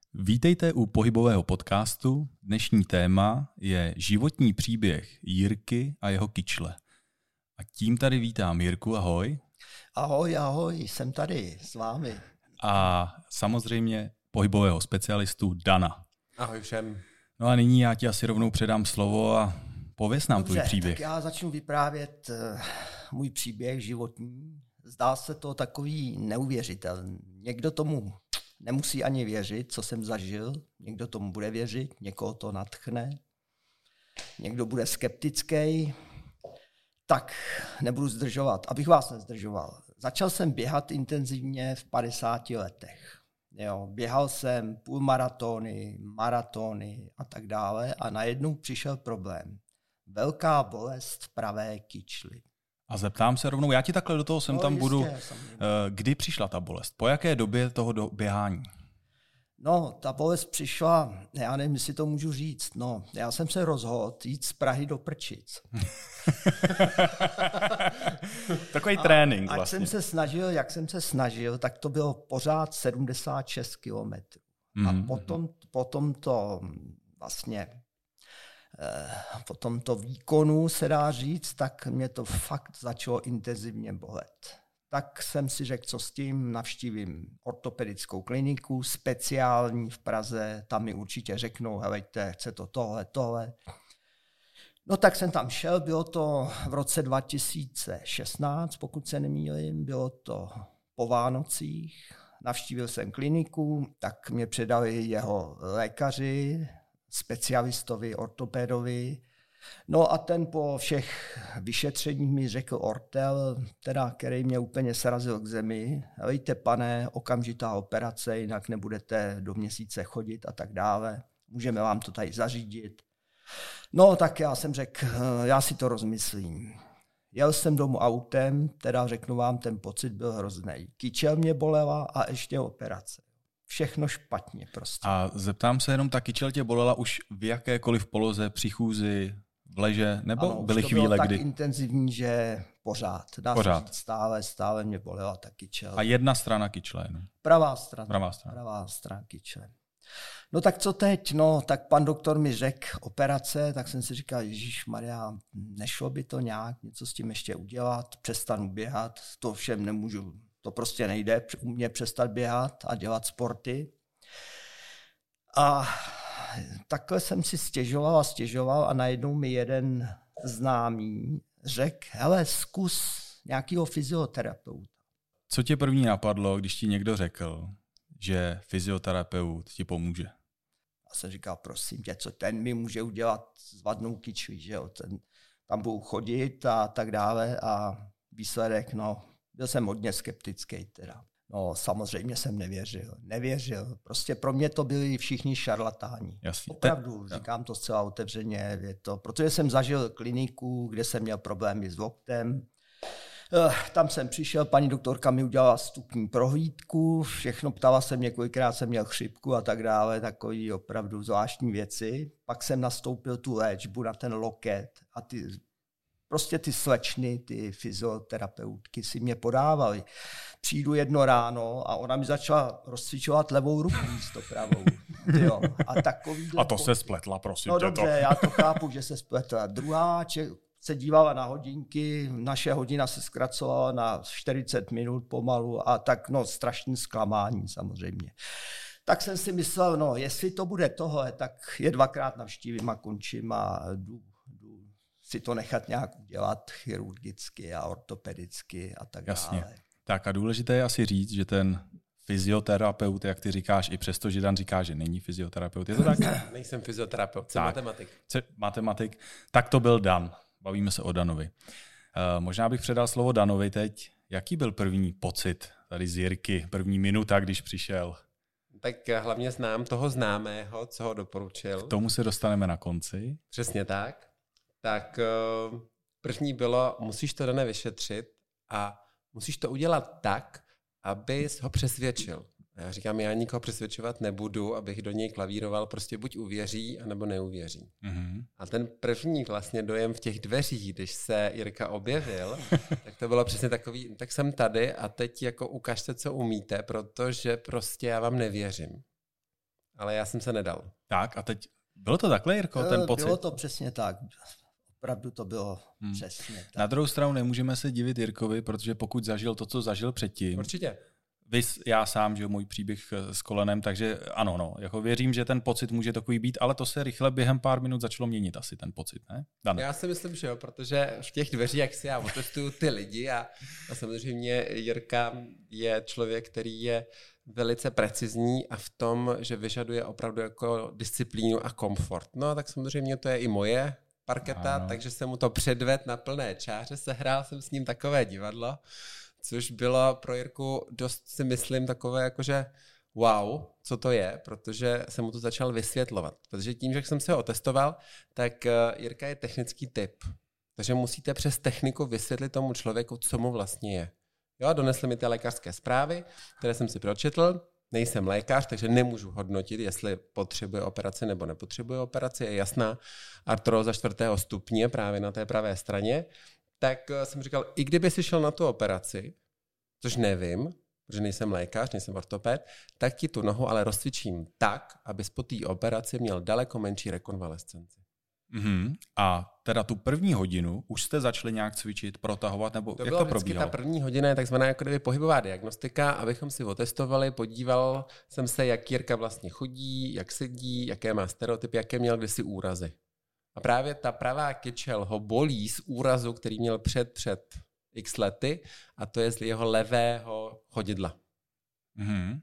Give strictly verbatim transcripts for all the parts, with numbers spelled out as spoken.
Vítejte u pohybového podcastu. Dnešní téma je životní příběh Jirky a jeho kyčle. A tím tady vítám Jirku, ahoj. Ahoj, ahoj, jsem tady s vámi. A samozřejmě pohybového specialistu Dana. Ahoj všem. No a nyní já ti asi rovnou předám slovo a pověz nám Dobře, tvůj příběh. Tak já začnu vyprávět uh, můj příběh životní. Zdá se to takový neuvěřitelný. Někdo tomu nemusí ani věřit, co jsem zažil. Někdo tomu bude věřit, někoho to nadchne. Někdo bude skeptický. Tak nebudu zdržovat, abych vás nezdržoval. Začal jsem běhat intenzivně v padesáti letech. Jo, běhal jsem půlmaratony, maratony a tak dále a najednou přišel problém. Velká bolest v pravé kyčli. A zeptám se rovnou, já ti takhle do toho sem No, tam jistě, budu. samozřejmě. Kdy přišla ta bolest? Po jaké době toho do běhání? No, ta bolest přišla, já nevím, jestli to můžu říct, no, já jsem se rozhodl jít z Prahy do Prčic. Takový trénink a vlastně. jsem se snažil, jak jsem se snažil, tak to bylo pořád sedmdesát šest kilometrů. Mm. A potom, potom to vlastně, eh, po tomto výkonu se dá říct, tak mě to fakt začalo intenzivně bolet. Tak jsem si řekl, co s tím, navštívím ortopedickou kliniku, speciální v Praze, tam mi určitě řeknou, helejte, chce to tohle, tohle. No tak jsem tam šel, bylo to v roce dva tisíce šestnáct, pokud se nemýlím, bylo to po Vánocích, navštívil jsem kliniku, tak mě předali jeho lékaři, specialistovi, ortopédovi. No a ten po všech vyšetřeních mi řekl ortel, teda, který mě úplně srazil k zemi. Helejte, pane, okamžitá operace, jinak nebudete do měsíce chodit a tak dále. Můžeme vám to tady zařídit. No tak já jsem řekl, já si to rozmyslím. Jel jsem domů autem, teda řeknu vám, ten pocit byl hrozný. Kyčel mě bolela a ještě operace. Všechno špatně prostě. A zeptám se jenom, ta kyčel tě bolela už v jakékoliv poloze, při chůzi, v leže, nebo ano, byly to chvíle, bylo kdy? tak intenzivní, že pořád. Dá Pořád. se říct, stále, stále mě bolela ta kyčel. A jedna strana kyčle jenom. Pravá strana. Pravá strana. Pravá strana kyčle. No tak co teď? No tak pan doktor mi řekl operace, tak jsem si říkal, ježišmarja, nešlo by to nějak něco s tím ještě udělat, přestanu běhat, to všem nemůžu, to prostě nejde u mě přestat běhat a dělat sporty. A takhle jsem si stěžoval a stěžoval a najednou mi jeden známý řekl, hele, zkus nějakého fyzioterapeuta. Co tě první napadlo, když ti někdo řekl, že fyzioterapeut ti pomůže? A jsem říkal, prosím tě, co ten mi může udělat s vadnou kyčlí, že jo? Ten, tam budu chodit a tak dále a výsledek, no, byl jsem hodně skeptický teda. No, samozřejmě jsem nevěřil, nevěřil. Prostě pro mě to byli všichni šarlatáni. Jasně. Opravdu, říkám to zcela otevřeně, je to, protože jsem zažil kliniku, kde jsem měl problémy s loktem. Tam jsem přišel, paní doktorka mi udělala vstupní prohlídku, všechno ptala se mě, kolikrát jsem měl chřipku a tak dále, takový opravdu zvláštní věci. Pak jsem nastoupil tu léčbu na ten loket a ty, prostě ty slečny, ty fyzioterapeutky si mě podávaly. Přijdu jedno ráno a ona mi začala rozcvičovat levou ruku místo pravou. Jo. A, a to se spletla, prosím no tě. Dobře, to. já to chápu, že se spletla. Druhá če- se dívala na hodinky, naše hodina se zkracovala na čtyřicet minut pomalu a tak no strašný zklamání samozřejmě. Tak jsem si myslel, no jestli to bude tohle, tak je dvakrát navštívím a končím a jdu, jdu si to nechat nějak udělat chirurgicky a ortopedicky a tak Jasně. dále. Tak a důležité je asi říct, že ten fyzioterapeut, jak ty říkáš, i přesto, že Dan říká, že není fyzioterapeut, je to tak? Nejsem fyzioterapeut, jsem tak. matematik. C- matematik. Tak to byl Dan. Bavíme se o Danovi. Uh, možná bych předal slovo Danovi teď. Jaký byl první pocit tady z Jirky, první minuta, když přišel? Tak hlavně znám toho známého, co ho doporučil. K tomu se dostaneme na konci. Přesně tak. Tak první bylo, musíš to Dane vyšetřit a musíš to udělat tak, abys ho přesvědčil. A já říkám, já nikoho přesvědčovat nebudu, abych do něj klavíroval, prostě buď uvěří, anebo neuvěří. Mm-hmm. A ten první vlastně dojem v těch dveřích, když se Jirka objevil, tak to bylo přesně takový, tak jsem tady a teď jako ukažte, co umíte, protože prostě já vám nevěřím. ale já jsem se nedal. Tak a teď, bylo to takhle, Jirko, ten pocit? Bylo to přesně tak. Opravdu to bylo hmm. přesně tak. Na druhou stranu nemůžeme se divit Jirkovi, protože pokud zažil to, co zažil předtím. Určitě. Vys, já sám, že můj příběh s kolenem, takže ano, no, jako věřím, že ten pocit může takový být, ale to se rychle během pár minut začalo měnit asi ten pocit, ne? Dane. Já si myslím, že jo, protože v těch dveřích, jak si já otestuju ty lidi a, a samozřejmě Jirka je člověk, který je velice precizní a v tom, že vyžaduje opravdu jako disciplínu a komfort. No tak samozřejmě to je i moje parketa, ano. Takže jsem mu to předvedl na plné čáře, sehrál jsem s ním takové divadlo, což bylo pro Jirku dost, si myslím, takové jakože wow, co to je, protože jsem mu to začal vysvětlovat. Protože tím, že jsem se ho otestoval, tak Jirka je technický typ. Takže musíte přes techniku vysvětlit tomu člověku, co mu vlastně je. Jo, donesli mi ty lékařské zprávy, které jsem si pročetl. Nejsem lékař, takže nemůžu hodnotit, jestli potřebuje operaci nebo nepotřebuje operaci. Je jasná artróza čtvrtého stupně právě na té pravé straně. Tak jsem říkal, i kdyby si šel na tu operaci, což nevím, protože nejsem lékař, nejsem ortoped, tak ti tu nohu ale rozcvičím tak, abys po té operaci měl daleko menší rekonvalescenci. Mm-hmm. A teda tu první hodinu už jste začali nějak cvičit, protahovat, nebo to jak bylo to probíhalo? Ta první hodina je takzvaná jako kdyby pohybová diagnostika, abychom si otestovali, podíval jsem se, jak Jirka vlastně chodí, jak sedí, jaké má stereotypy, jaké měl kdysi úrazy. A právě ta pravá kyčel ho bolí z úrazu, který měl před, před x lety, a to je z jeho levého chodidla. Mm-hmm.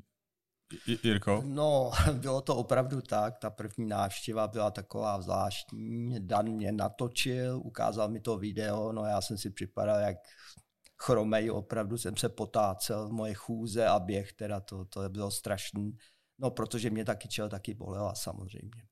Jirko? No, bylo to opravdu tak. Ta první návštěva byla taková zvláštní. Dan mě natočil, ukázal mi to video, no já jsem si připadal jak chromej, opravdu jsem se potácel, moje chůze a běh, teda to, to bylo strašný. No, protože mě ta kyčel taky bolela samozřejmě.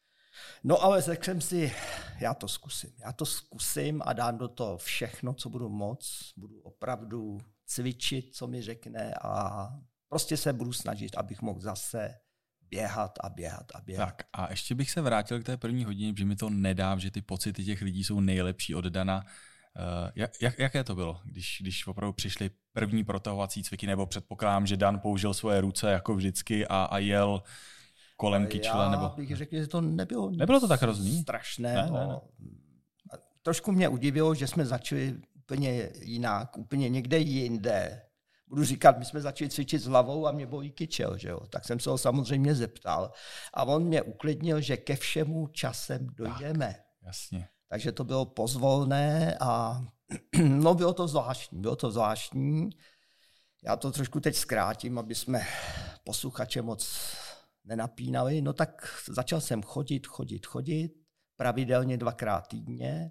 No ale řekl jsem si, já to zkusím. Já to zkusím a dám do toho všechno, co budu moc. Budu opravdu cvičit, co mi řekne a prostě se budu snažit, abych mohl zase běhat a běhat a běhat. Tak a ještě bych se vrátil k té první hodině, protože mi to nedá, že ty pocity těch lidí jsou nejlepší od Dana. Uh, jak, jaké to bylo, když, když opravdu přišly první protahovací cviky, nebo předpokládám, že Dan použil svoje ruce jako vždycky a, a jel kolem kyčle? Já nebo... bych řekl, že to nebylo nic Nebylo to tak hrozný? strašného. Ne, ne, ne. Trošku mě udivilo, že jsme začali úplně jinak, úplně někde jinde. Budu říkat, my jsme začali cvičit s hlavou a mě bolí kyčel, že jo? Tak jsem se ho samozřejmě zeptal. A on mě uklidnil, že ke všemu časem dojdeme. Tak, jasně. Takže to bylo pozvolné a no bylo to zvláštní, bylo to zvláštní. Já to trošku teď zkrátím, aby jsme posluchače moc nenapínali. No tak začal jsem chodit, chodit, chodit, pravidelně dvakrát týdně.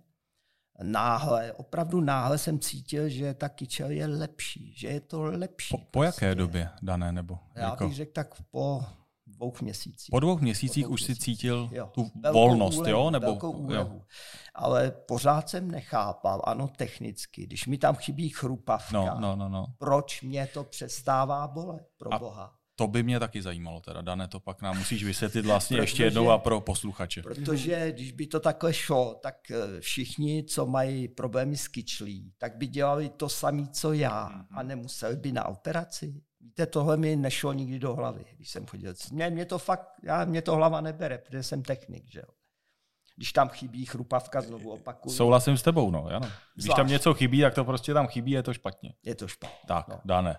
Náhle, opravdu náhle jsem cítil, že ta kyčel je lepší, že je to lepší. Po, po jaké době, Dané, nebo? Já jako? bych řekl tak po dvou měsících. Po dvou měsících po dvou už měsících. si cítil jo. tu velkou volnost, úlevu, jo? Nebo, velkou úlevu. Jo. Ale pořád jsem nechápal, ano, technicky, když mi tam chybí chrupavka, no, no, no, no. proč mě to přestává bolet, pro A boha. To by mě taky zajímalo, teda, Dané, to pak nám musíš vysvětlit vlastně Protože, ještě jednou a pro posluchače. Protože když by to takhle šlo, tak všichni, co mají problémy s kyčlí, tak by dělali to samé, co já a nemuseli by na operaci. Víte, tohle mi nešlo nikdy do hlavy, když jsem chodil. Mě, mě to fakt, já, mě to hlava nebere, protože jsem technik, že jo. Když tam chybí chrupavka, znovu opakuju. Souhlasím s tebou, no, ano. Když Zvlášť. tam něco chybí, tak to prostě tam chybí, je to špatně. Je to špatně. Tak, no. Dané.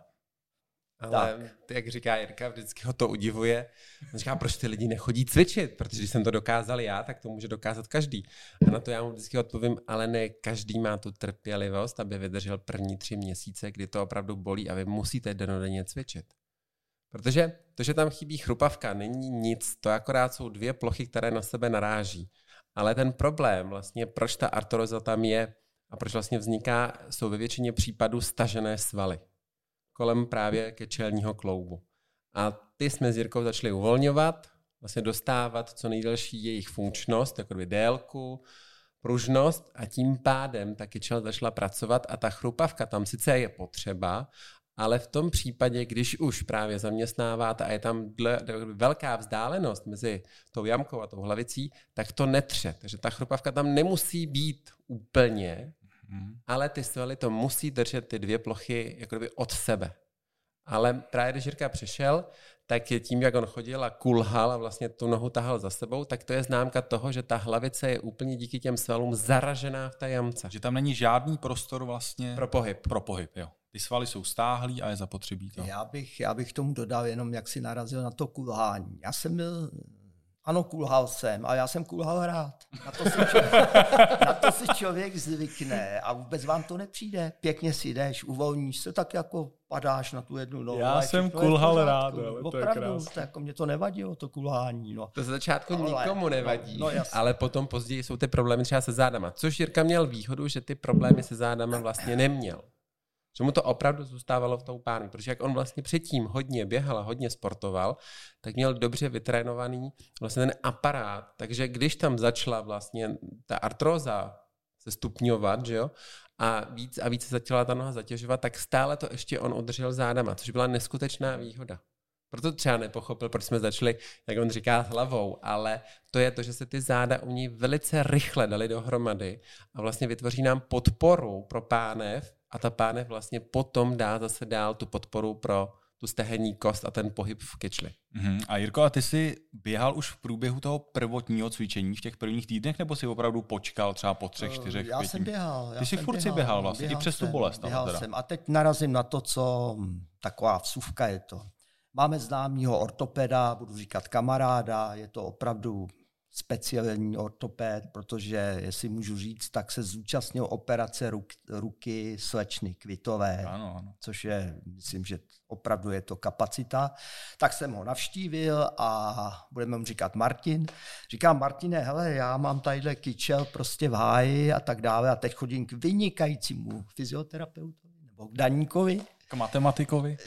Ale tak. Jak říká Jirka, vždycky ho to udivuje. On říká, proč ty lidi nechodí cvičit, protože když jsem to dokázal já, tak to může dokázat každý. A na to já mu vždycky odpovím, ale ne každý má tu trpělivost, aby vydržel první tři měsíce, kdy to opravdu bolí a vy musíte dennodenně cvičit. Protože to, že tam chybí chrupavka, není nic, to akorát jsou dvě plochy, které na sebe naráží. Ale ten problém, vlastně proč ta artroza tam je a proč vlastně vzniká, jsou ve většině případů stažené svaly kolem právě kyčelního kloubu. A ty jsme s Jirkou začali uvolňovat, vlastně dostávat co nejdelší jejich funkčnost, jako délku, pružnost a tím pádem ta kyčel začala pracovat a ta chrupavka tam sice je potřeba, ale v tom případě, když už právě zaměstnáváte a je tam dle, velká vzdálenost mezi tou jamkou a tou hlavicí, tak to netře. Takže ta chrupavka tam nemusí být úplně, Hmm. ale ty svaly to musí držet ty dvě plochy jakoby od sebe. Ale právě když Jirka přišel, tak je tím, jak on chodil a kulhal a vlastně tu nohu tahal za sebou, tak to je známka toho, že ta hlavice je úplně díky těm svalům zaražená v té jamce. Že tam není žádný prostor vlastně pro pohyb. Pro pohyb, jo. Ty svaly jsou stáhlý a je zapotřebí to. Já bych, já bych tomu dodal jenom, jak si narazil na to kulhání. Já jsem byl, ano, kulhal jsem, ale já jsem kulhal rád. Na to si člověk, na to si člověk zvykne a vůbec vám to nepřijde. Pěkně si jdeš, uvolníš se, tak jako padáš na tu jednu nohu. Já jsem kulhal rád, ale to je krásné. To jako mě to nevadilo, to kulhání. No. To ze začátku ale, nikomu nevadí, no, no, ale potom později jsou ty problémy třeba se zádama. Což Jirka měl výhodu, že ty problémy se zádama vlastně neměl. Že mu to opravdu zůstávalo v tou pánvi, protože jak on vlastně předtím hodně běhal a hodně sportoval, tak měl dobře vytrénovaný vlastně ten aparát, takže když tam začala vlastně ta artróza se stupňovat, že jo, a víc a víc se začala ta noha zatěžovat, tak stále to ještě on udržel zádama, což byla neskutečná výhoda. Proto třeba nepochopil, proč jsme začali, jak on říká, hlavou, ale to je to, že se ty záda u ní velice rychle dali dohromady a vlastně vytvoří nám podporu pro pánev a ta pánev vlastně potom dá zase dál tu podporu pro tu stehenní kost a ten pohyb v kyčli. Mm-hmm. A Jirko, a ty jsi běhal už v průběhu toho prvotního cvičení v těch prvních týdnech, nebo si opravdu počkal třeba po třech, čtyřech, Já pěti? jsem běhal. Já ty jsi jsem furt běhal, si běhal vlastně, běhal i přes jsem, tu bolest. Běhal teda. jsem. A teď narazím na to, co taková vsuvka je to. Máme známýho ortopeda, budu říkat kamaráda, je to opravdu speciální ortoped, protože, jestli můžu říct, tak se zúčastnil operace ruk, ruky slečny Kvitové, ano, ano. což je, myslím, že opravdu je to kapacita. Tak jsem ho navštívil a budeme mu říkat Martin. Říkám, Martine, hele, já mám tadyhle kyčel prostě v háji a tak dále a teď chodím k vynikajícímu fyzioterapeutovi nebo k Daníkovi. K matematikovi.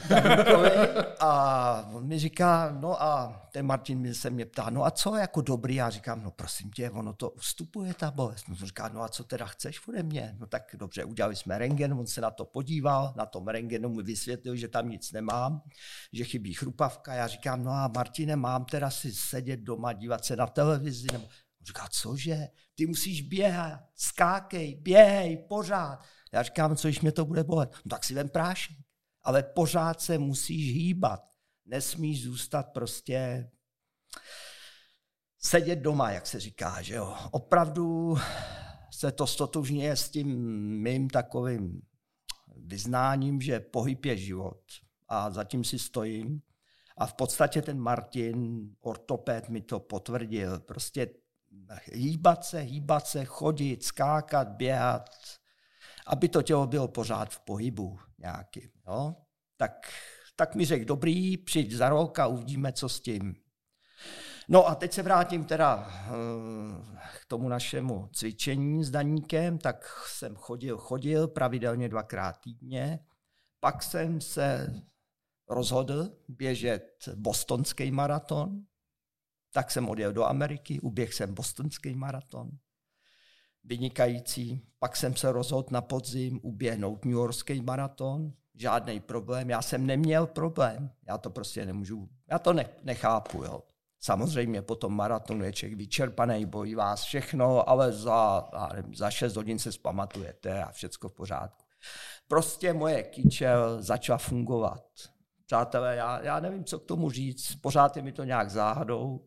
A on mi říká, no a ten Martin mi se mě ptá, no a co jako dobrý? Já říkám, no prosím tě, ono to ustupuje ta bolest. No to říká, no a co teda chceš ode mě? No tak dobře, udělali jsme rentgen, on se na to podíval, na tom rentgenu mi vysvětlil, že tam nic nemám, že chybí chrupavka. Já říkám, no a Martine, mám teda si sedět doma, dívat se na televizi? Nebo... On říká, cože? Ty musíš běhat, skákej, běhej, pořád. Já říkám, co když mě to bude bolet? No tak si vem prášek. Ale pořád se musíš hýbat. Nesmíš zůstat prostě sedět doma, jak se říká, že jo. Opravdu se to stotožňuje s tím mým takovým vyznáním, že pohyb je život. A zatím si stojím. A v podstatě ten Martin, ortoped, mi to potvrdil. Prostě hýbat se, hýbat se, chodit, skákat, běhat, aby to tělo bylo pořád v pohybu nějakým. Jo? Tak, tak mi řekl, dobrý, přijď za rok a uvidíme, co s tím. No a teď se vrátím teda k tomu našemu cvičení s Daníkem, tak jsem chodil, chodil pravidelně dvakrát týdně. Pak jsem se rozhodl běžet bostonský maraton, tak jsem odjel do Ameriky, uběhl jsem bostonský maraton. Vynikající. Pak jsem se rozhodl na podzim uběhnout newyorský maraton. Žádný problém. Já jsem neměl problém. Já to prostě nemůžu. Já to ne, nechápu. Jo. Samozřejmě po tom maratonu je člověk vyčerpaný, bojí vás všechno, ale za, nevím, za šest hodin se zpamatujete a všecko v pořádku. Prostě moje kyčel začala fungovat. Přátelé, já, já nevím, co k tomu říct. Pořád je mi to nějak záhadou.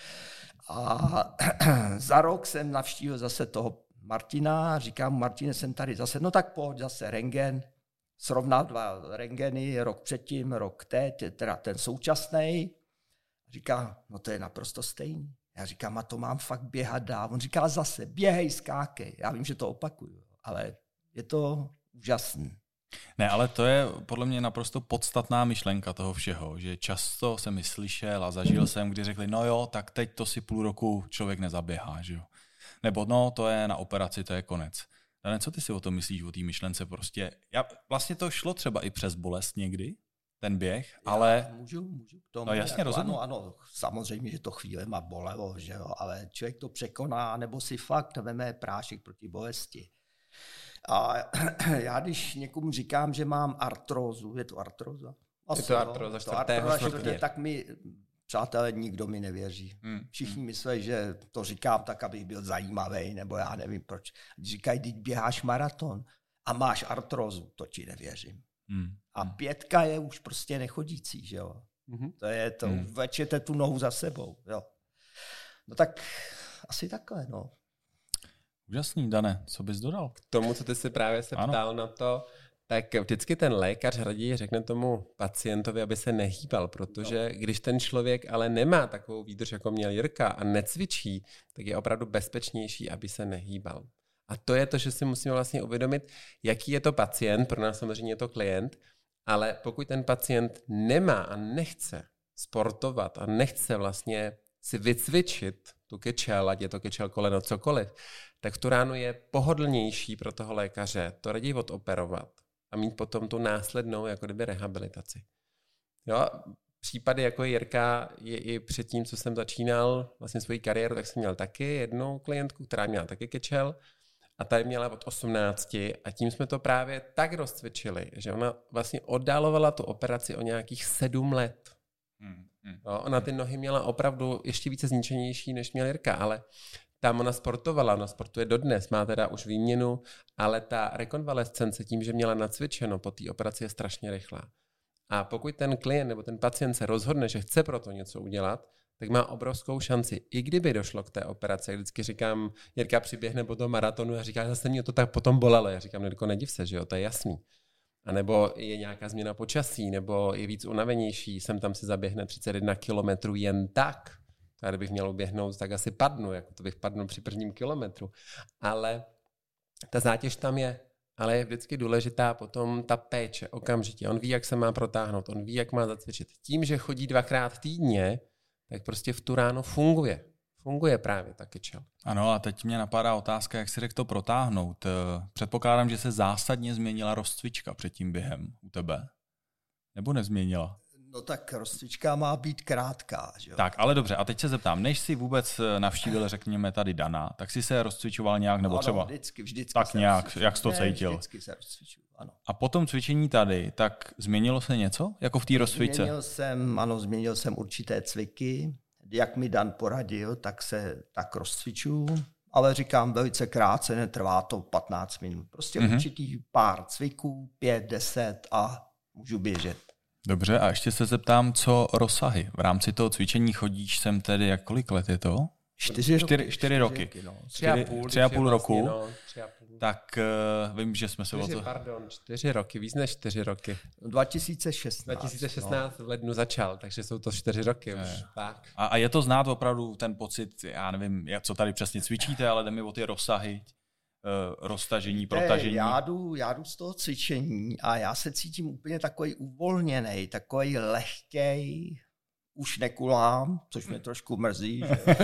A za rok jsem navštívil zase toho Martina, říkám, Martine, jsem tady zase, no tak pojď, zase rentgen, srovnal dva rentgeny, rok předtím, rok teď, teda ten současný. Říká, no to je naprosto stejný. Já říkám, a to mám fakt běhat dál. On říká zase, běhej, skákej. Já vím, že to opakuju, ale je to úžasný. Ne, ale to je podle mě naprosto podstatná myšlenka toho všeho, že často jsem mi slyšel a zažil jsem, kdy řekli, no jo, tak teď to si půl roku člověk nezaběhá, že jo. Nebo no, to je na operaci, to je konec. Ale co ty si o tom myslíš, o té myšlence prostě? Já, vlastně to šlo třeba i přes bolest někdy, ten běh, já ale... Můžu, můžu k tomu. No jasně, jako, rozumím. Ano, ano, samozřejmě, že to chvílema bolelo, že jo, ale člověk to překoná, nebo si fakt veme prášek proti bolesti. A já když někomu říkám, že mám artrózu, je to artróza? Asi, je to artróza čtvrtého stupně. Tak mi, přátelé, nikdo mi nevěří. Hmm. Všichni myslí, že to říkám tak, abych byl zajímavý, nebo já nevím proč. Když říkají, když běháš maraton a máš artrózu, to ti nevěřím. Hmm. A pětka je už prostě nechodící, že jo. Hmm. To je to, hmm. vlečete tu nohu za sebou, jo. No tak asi takhle, no. Úžasný, Dane, co bys dodal? K tomu, co ty si právě se ano. ptal na to, tak vždycky ten lékař raději řekne tomu pacientovi, aby se nehýbal, protože když ten člověk ale nemá takovou výdrž, jako měl Jirka a necvičí, tak je opravdu bezpečnější, aby se nehýbal. A to je to, že si musíme vlastně uvědomit, jaký je to pacient, pro nás samozřejmě je to klient, ale pokud ten pacient nemá a nechce sportovat a nechce vlastně si vycvičit tu kyčel, ať je to kyčel, koleno, cokoliv, tak v tu ránu je pohodlnější pro toho lékaře to raději odoperovat a mít potom tu následnou jako kdyby rehabilitaci. Jo, případy jako Jirka je i před tím, co jsem začínal vlastně svoji kariéru, tak jsem měl taky jednu klientku, která měla taky kyčel a ta měla od osmnácti a tím jsme to právě tak rozcvičili, že ona vlastně oddalovala tu operaci o nějakých sedm let. Hmm, hmm. Jo, ona ty nohy měla opravdu ještě více zničenější, než měl Jirka, ale tam ona sportovala, ona sportuje dodnes, má teda už výměnu, ale ta rekonvalescence tím, že měla nacvičeno po té operaci, je strašně rychlá. A pokud ten klient nebo ten pacient se rozhodne, že chce pro to něco udělat, tak má obrovskou šanci. I kdyby došlo k té operaci, vždycky říkám, Jirka přiběhne po tom maratonu a říká, zase mě to tak potom bolelo. Já říkám, Jirko, nediv se, že jo, to je jasný. A nebo je nějaká změna počasí, nebo je víc unavenější, sem tam si zaběhne třicet jedna kilometrů jen tak. A kdybych měl uběhnout, tak asi padnu, jako to bych padnul při prvním kilometru. Ale ta zátěž tam je, ale je vždycky důležitá potom ta péče okamžitě. On ví, jak se má protáhnout, on ví, jak má zacvičit. Tím, že chodí dvakrát týdně, tak prostě v tu ráno funguje. Funguje právě ta kyčel. Ano, a teď mě napadá otázka, jak si řekl to protáhnout. Předpokládám, že se zásadně změnila rozcvička před tím během u tebe. Nebo nezměnila? No tak rozcvička má být krátká. Že jo? Tak, ale dobře, a teď se zeptám, než jsi vůbec navštívil, řekněme, tady Dana, tak jsi se rozcvičoval nějak, nebo ano, třeba? vždycky, vždycky. Tak nějak, jak jsi to cítil? Vždycky se rozcvičuju, ano. A po tom cvičení tady, tak změnilo se něco, jako v té rozcvičce? Změnil jsem, ano, změnil jsem určité cviky. Jak mi Dan poradil, tak se tak rozcvičuju. Ale říkám velice krátce, netrvá to patnáct minut. Prostě mm-hmm. určitý pár cviků, pět, deset a můžu běžet. Dobře, a ještě se zeptám, co rozsahy. V rámci toho cvičení chodíš sem tedy, jak kolik let je to? Čtyři, čtyři, roky, čtyři roky. No. Tři a půl, tři a půl roku. Vlastně, no, tři a půl. Tak uh, vím, že jsme se čtyři, o to... Pardon, čtyři roky, víc než čtyři roky. dva tisíce šestnáct. dva tisíce šestnáct no. v lednu začal, takže jsou to čtyři roky je. už. Tak. A, a je to znát opravdu ten pocit, já nevím, jak, co tady přesně cvičíte, ale jde mi o ty rozsahy, uh, roztažení, protažení. Já jdu, já jdu z toho cvičení a já se cítím úplně takový uvolněný, takový lehkej. Už nekulám, což mě trošku mrzí. Že,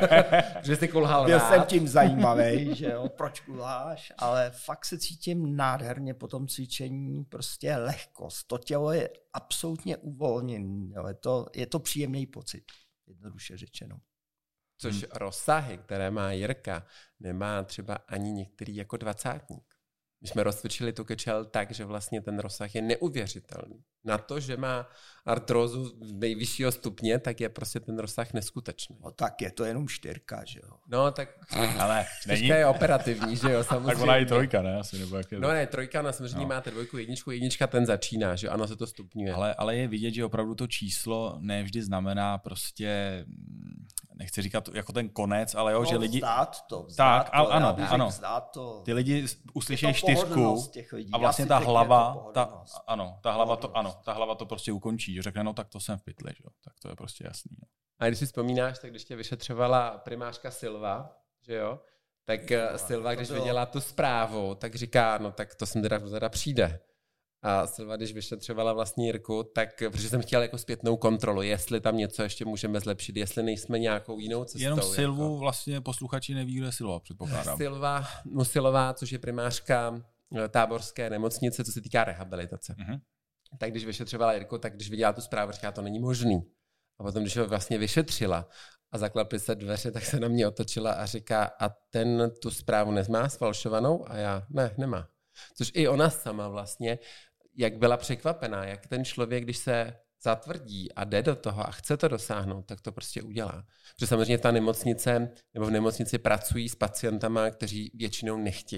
že jsi kulhal Byl rád. jsem tím zajímavý, že jo, proč kuláš, ale fakt se cítím nádherně po tom cvičení, prostě lehkost. To tělo je absolutně uvolněné, je to, je to příjemný pocit, jednoduše řečeno. Což hmm. rozsahy, které má Jirka, nemá třeba ani některý jako dvacátník. My jsme rozcvičili tu kyčel tak, že vlastně ten rozsah je neuvěřitelný. Na to, že má artrózu nejvyššího stupně, tak je prostě ten rozsah neskutečný. No tak je to jenom čtyřka, že jo? No tak, ale čtyřka není... je operativní, že jo, samozřejmě. Tak ona je trojka, ne? Asi, nebo jak je no ne, trojka na samozřejmě no. máte dvojku, jedničku, jednička ten začíná, že ano, se to stupňuje. Ale, ale je vidět, že opravdu to číslo nevždy znamená prostě, nechci říkat jako ten konec, ale jo, no, že lidi... Vzdát to, vzdát tak, to, ano, ano. Vzdát to. Ty lidi uslyšejí čtyřku a vlastně ta hlava, ta, ano, ta hlava to, ano, ta hlava to prostě ukončí. Řekne, no tak to jsem v pytli, že jo, tak to je prostě jasný. Jo. A když si vzpomínáš, tak když tě vyšetřovala primářka Silva, že jo, tak no, Silva, když bylo... viděla tu zprávu, tak říká, no tak to sem teda, teda přijde. A Silva, když vyšetřovala vlastní Jirku, tak protože jsem chtěl jako zpětnou kontrolu, jestli tam něco ještě můžeme zlepšit, jestli nejsme nějakou jinou cestou. Jenom Silvu jako. Vlastně posluchači neví, kdo je Silva, předpokládám. Silva Musilová, což je primářka táborské nemocnice, co se týká rehabilitace. Mm-hmm. Tak když vyšetřovala Jirku, tak když viděla tu zprávu, říká, to není možný. A potom, když ho vlastně vyšetřila a zaklaply se dveře, tak se na mě otočila a říká, a ten tu zprávu nezmá sfalšovanou? A já, ne, nemá. Což i ona sama vlastně, jak byla překvapená, jak ten člověk, když se zatvrdí a jde do toho a chce to dosáhnout, tak to prostě udělá. Protože samozřejmě ta nemocnice, nebo v nemocnici pracují s pacientama, kteří většinou nechtějí.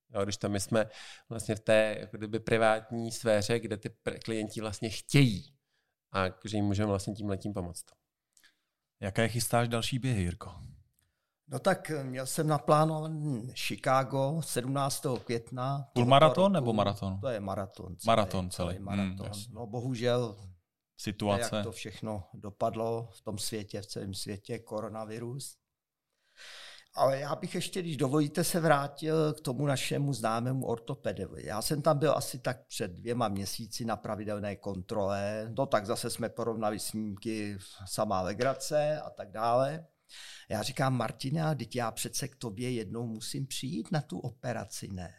Jo, když tam my jsme vlastně v té jako kdyby privátní sféře, kde ty klienti vlastně chtějí a že jim můžeme vlastně tímhletím pomoct. Jaké chystáš další běhy, Jirko? No tak měl jsem naplánovaný Chicago sedmnáctého května. Půlmaraton nebo maraton? To je maraton. Celý, maraton celý. celý maraton. Hmm, no bohužel, situace. jak to všechno dopadlo v tom světě, v celém světě, koronavirus. Ale já bych ještě, když dovolíte, se vrátil k tomu našemu známému ortopedovi. Já jsem tam byl asi tak před dvěma měsíci na pravidelné kontrole. No tak zase jsme porovnali snímky, samá legrace a tak dále. Já říkám, Martina, teď já přece k tobě jednou musím přijít na tu operaci, ne?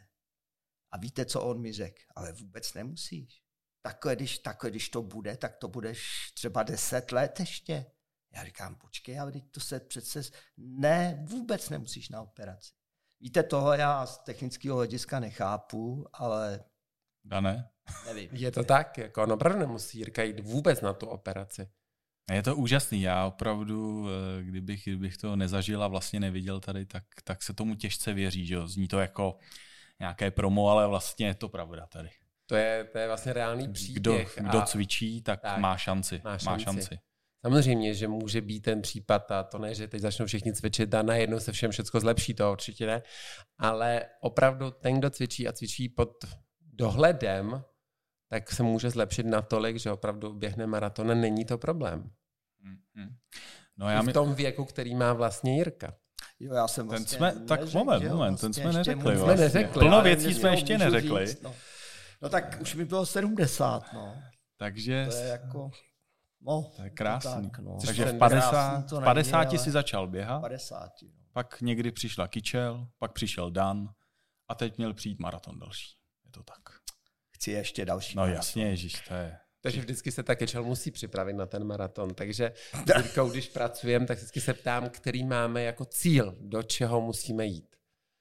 A víte, co on mi řekl? Ale vůbec nemusíš. Takhle když, takhle, když to bude, tak to budeš třeba deset let ještě. Já říkám, počkej, ale teď to se přece... Ne, vůbec nemusíš na operaci. Víte, toho já z technického hlediska nechápu, ale... Dané? Nevím. Je to tak, jako on opravdu nemusí Jirka jít vůbec na tu operaci. Je to úžasný. Já opravdu, kdybych, kdybych to nezažil a vlastně neviděl tady, tak, tak se tomu těžce věří. Že jo? Zní to jako nějaké promo, ale vlastně je to pravda tady. To je, to je vlastně reálný příběh. Kdo, kdo cvičí, tak, tak má šanci. Má šanci. Má šanci. Samozřejmě, že může být ten případ a to ne, že teď začnou všichni cvičit a najednou se všem všechno zlepší, to určitě ne, ale opravdu ten, kdo cvičí a cvičí pod dohledem, tak se může zlepšit natolik, že opravdu běhne maraton a není to problém. Mm-hmm. No já v mi... tom věku, který má vlastně Jirka. Jo, já jsem ten vlastně jsme, tak neřekl, moment, jo, moment, ten vlastně jsme neřekli. Jsme neřekli. Plno věcí jsme ještě neřekli. Říct, no. no tak už mi bylo sedmdesát, no. Takže... To je jako... No, to je krásný. Tak, no. Takže v padesáti, v padesáti si začal běhat, padesáti, no. Pak někdy přišla kyčel, pak přišel Dan a teď měl přijít maraton další. Je to tak. Chci ještě další. No jasně, ježiš, to je... Takže vždycky se ta kyčel musí připravit na ten maraton. Takže s Jirkou, když pracujeme, tak vždycky se ptám, který máme jako cíl, do čeho musíme jít.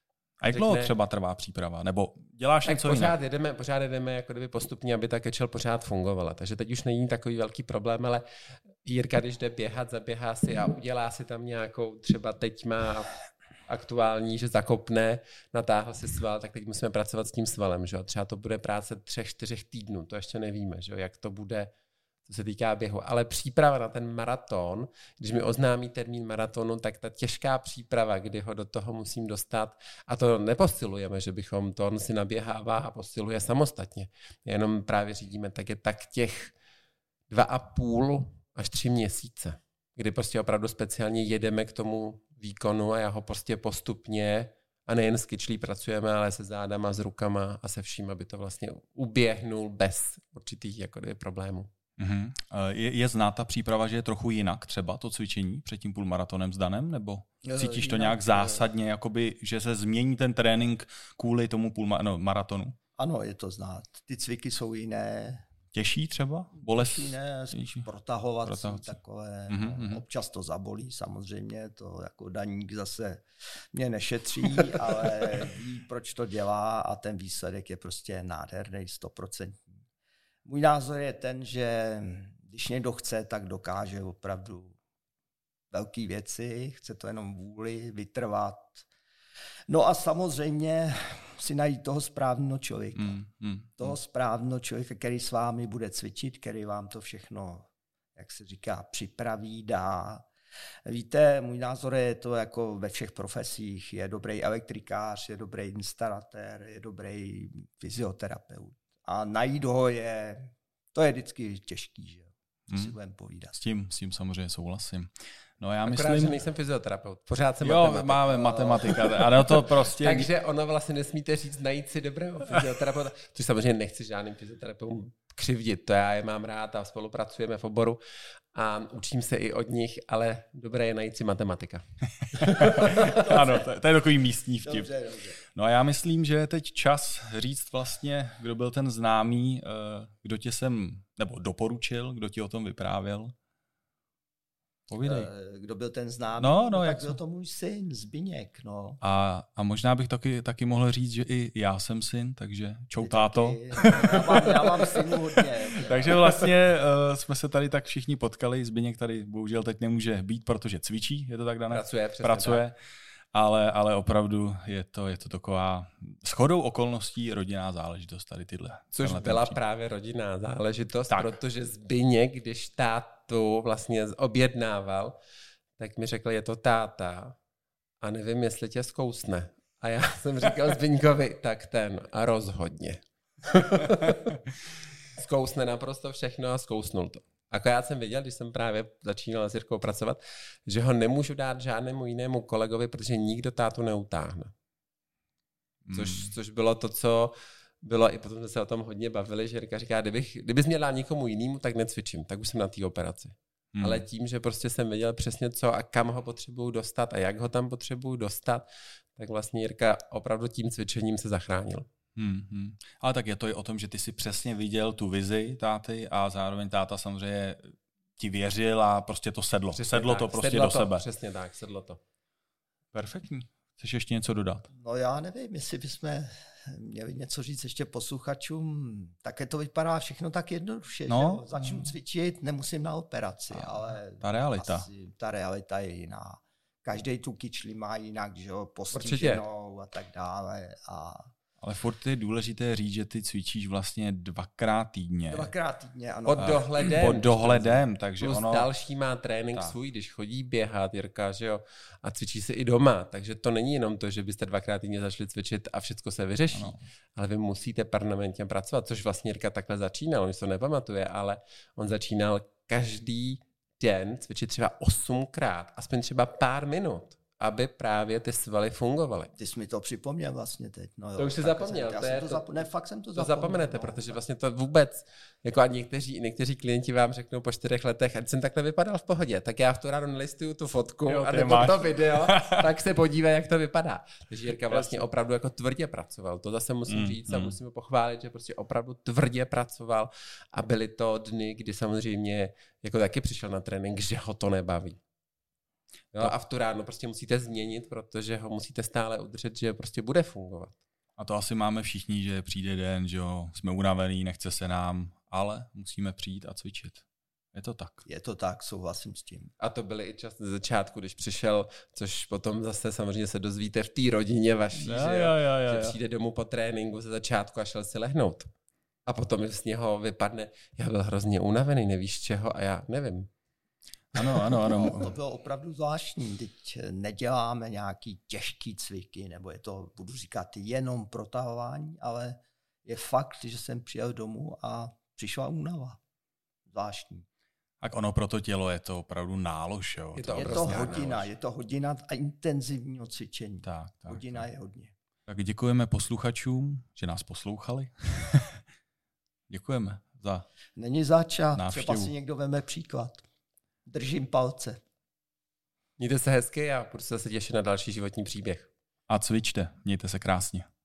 A jak dlouho třeba trvá příprava? Nebo děláš tak něco pořád jinak? jedeme, pořád jedeme jako kdyby postupně, aby ta kečel pořád fungovala. Takže teď už není takový velký problém, ale Jirka, když jde běhat, zaběhá si a udělá si tam nějakou, třeba teď má aktuální, že zakopne, natáhl si sval, tak teď musíme pracovat s tím svalem. Že? Třeba to bude práce třech, čtyřech týdnů, to ještě nevíme, že? Jak to bude, co se týká běhu. Ale příprava na ten maraton, když mi oznámí termín maratonu, tak ta těžká příprava, kdy ho do toho musím dostat, a to neposilujeme, že bychom to, on si naběhává a posiluje samostatně. Jenom právě řídíme, tak je tak těch dva a půl až tři měsíce, kdy prostě opravdu speciálně jedeme k tomu výkonu a já ho prostě postupně, a nejen s kyčlí pracujeme, ale se zádama, s rukama a se vším, aby to vlastně uběhnul bez určitých jako problémů. Mm-hmm. Je, je znát ta příprava, že je trochu jinak třeba to cvičení před tím půlmaratonem s Danem, nebo cítíš to nějak zásadně, jakoby, že se změní ten trénink kvůli tomu půlmaratonu? No, ano, je to znát. Ty cviky jsou jiné. Těžší třeba? Bolest? Jiné, protahovací, protahovací. takové. Mm-hmm. No, občas to zabolí, samozřejmě, to jako daník zase mě nešetří, ale ví, proč to dělá a ten výsledek je prostě nádherný, stoprocentní. Můj názor je ten, že když někdo chce, tak dokáže opravdu velké věci, chce to jenom vůli, vytrvat. No a samozřejmě si najít toho správného člověka. Mm, mm, toho mm. správného člověka, který s vámi bude cvičit, který vám to všechno, jak se říká, připraví, dá. Víte, můj názor je to jako ve všech profesích. Je dobrý elektrikář, je dobrý instalatér, je dobrý fyzioterapeut. A najít ho je, to je vždycky těžký, že co si budeme povídat. S tím, s tím samozřejmě souhlasím. No já Akorát, myslím, že nejsem fyzioterapeut, pořád jsem jo, matematik. máme matematika, ano to prostě. Takže ono vlastně nesmíte říct najít si dobrého fyzioterapeuta, což samozřejmě nechci žádným fyzioterapeutům křivdit, to já je mám rád a spolupracujeme v oboru a učím se i od nich, ale dobré je najít si matematika. Ano, to, to je takový místní vtip. Dobře, dobře. No a já myslím, že je teď čas říct vlastně, kdo byl ten známý, kdo tě sem, nebo doporučil, kdo ti o tom vyprávěl. Povídej. Kdo byl ten známý? No, no, no jak tak byl to můj syn, Zbyněk. No. A, a možná bych taky, taky mohl říct, že i já jsem syn, takže čau táto. Já mám, já mám synů hodně. Takže vlastně uh, jsme se tady tak všichni potkali. Zbyněk tady bohužel teď nemůže být, protože cvičí, je to tak dané? Pracuje, Pracuje. ale, ale opravdu je to, je to taková shodou okolností rodinná záležitost tady tyhle. Což byla případ. Právě rodinná záležitost, tak. Protože Zbyněk, když tátu vlastně objednával, tak mi řekl, je to táta a nevím, jestli tě zkousne. A já jsem říkal Zbyňkovi, tak ten a rozhodně. Zkousne naprosto všechno a zkousnul to. Akorát jsem věděl, když jsem právě začínal s Jirkou pracovat, že ho nemůžu dát žádnému jinému kolegovi, protože nikdo tátu neutáhne. Což, hmm. což bylo to, co bylo, i potom jsme se o tom hodně bavili, že Jirka říká, kdybych, kdybys měl dát někomu jinému, tak necvičím, tak už jsem na té operaci. Hmm. Ale tím, že prostě jsem věděl přesně co a kam ho potřebuju dostat a jak ho tam potřebuju dostat, tak vlastně Jirka opravdu tím cvičením se zachránil. Hmm, hmm. Ale tak je to i o tom, že ty si přesně viděl tu vizi táty a zároveň táta samozřejmě ti věřil a prostě to sedlo. Přesně sedlo tak, to prostě sedlo do to, sebe. Přesně tak, sedlo to. Perfektní. Chceš ještě něco dodat? No já nevím, jestli bychom měli něco říct ještě posluchačům. Také to vypadá všechno tak jednoduše, no, že začnu cvičit, nemusím na operaci, a ale ta realita. Asi, ta realita je jiná. Každý tu kyčli má jinak, že jo, postiženou a tak dále. A ale furt je důležité říct, že ty cvičíš vlastně dvakrát týdně. Dvakrát týdně, ano. Pod dohledem. Pod dohledem, takže plus ono... další má trénink tak. Svůj, když chodí běhat, Jirka, že jo, a cvičí se i doma. Takže to není jenom to, že byste dvakrát týdně začali cvičit a všechno se vyřeší. Ano. Ale vy musíte permanentně pracovat, což vlastně Jirka takhle začínal, on si to nepamatuje, ale on začínal každý den cvičit třeba osmkrát, aspoň třeba pár minut, aby právě ty svaly fungovaly. Ty jsi mi to připomněl vlastně teď. No jo, to už jsi zapomněl. Jsem, to já to, to zap... Ne, fakt jsem to, to zapomněl. To zapomenete, no, protože vlastně to vůbec, jako a někteří, někteří klienti vám řeknou po čtyřech letech, ať jsem takhle vypadal v pohodě, tak já v tu ráno nelistuju tu fotku jo, a nebo máš. To video, tak se podívej, jak to vypadá. Takže Jirka vlastně opravdu jako tvrdě pracoval. To zase musím mm, říct mm. a musím ho pochválit, že prostě opravdu tvrdě pracoval a byly to dny, kdy samozřejmě jako taky přišel na trénink, že ho to nebaví. Jo, a v tu ráno prostě musíte změnit, protože ho musíte stále udržet, že prostě bude fungovat. A to asi máme všichni, že přijde den, že jo, jsme unavený, nechce se nám, ale musíme přijít a cvičit. Je to tak. Je to tak, souhlasím s tím. A to byly i čas ze začátku, když přišel, což potom zase samozřejmě se dozvíte v té rodině vaší, jo, že, jo, jo, jo, jo. že přijde domů po tréninku ze začátku a šel si lehnout. A potom z něho vypadne, já byl hrozně unavený, nevíš čeho a já nevím. Ano, ano, ano. No, to bylo opravdu zvláštní. Teď neděláme nějaký těžký cviky, nebo je to, budu říkat, jenom protahování, ale je fakt, že jsem přijel domů a přišla únava. Zvláštní. Tak ono pro to tělo je to opravdu nálož. Jo? Je to, je to hodina, nálož. Je to hodina a intenzivního cvičení. Tak, tak, hodina tak. je hodně. Tak děkujeme posluchačům, že nás poslouchali. Děkujeme za Není zača, návštěvu. Třeba si někdo veme příklad. Držím palce. Mějte se hezky a budu se zase těšit na další životní příběh. A cvičte, mějte se krásně.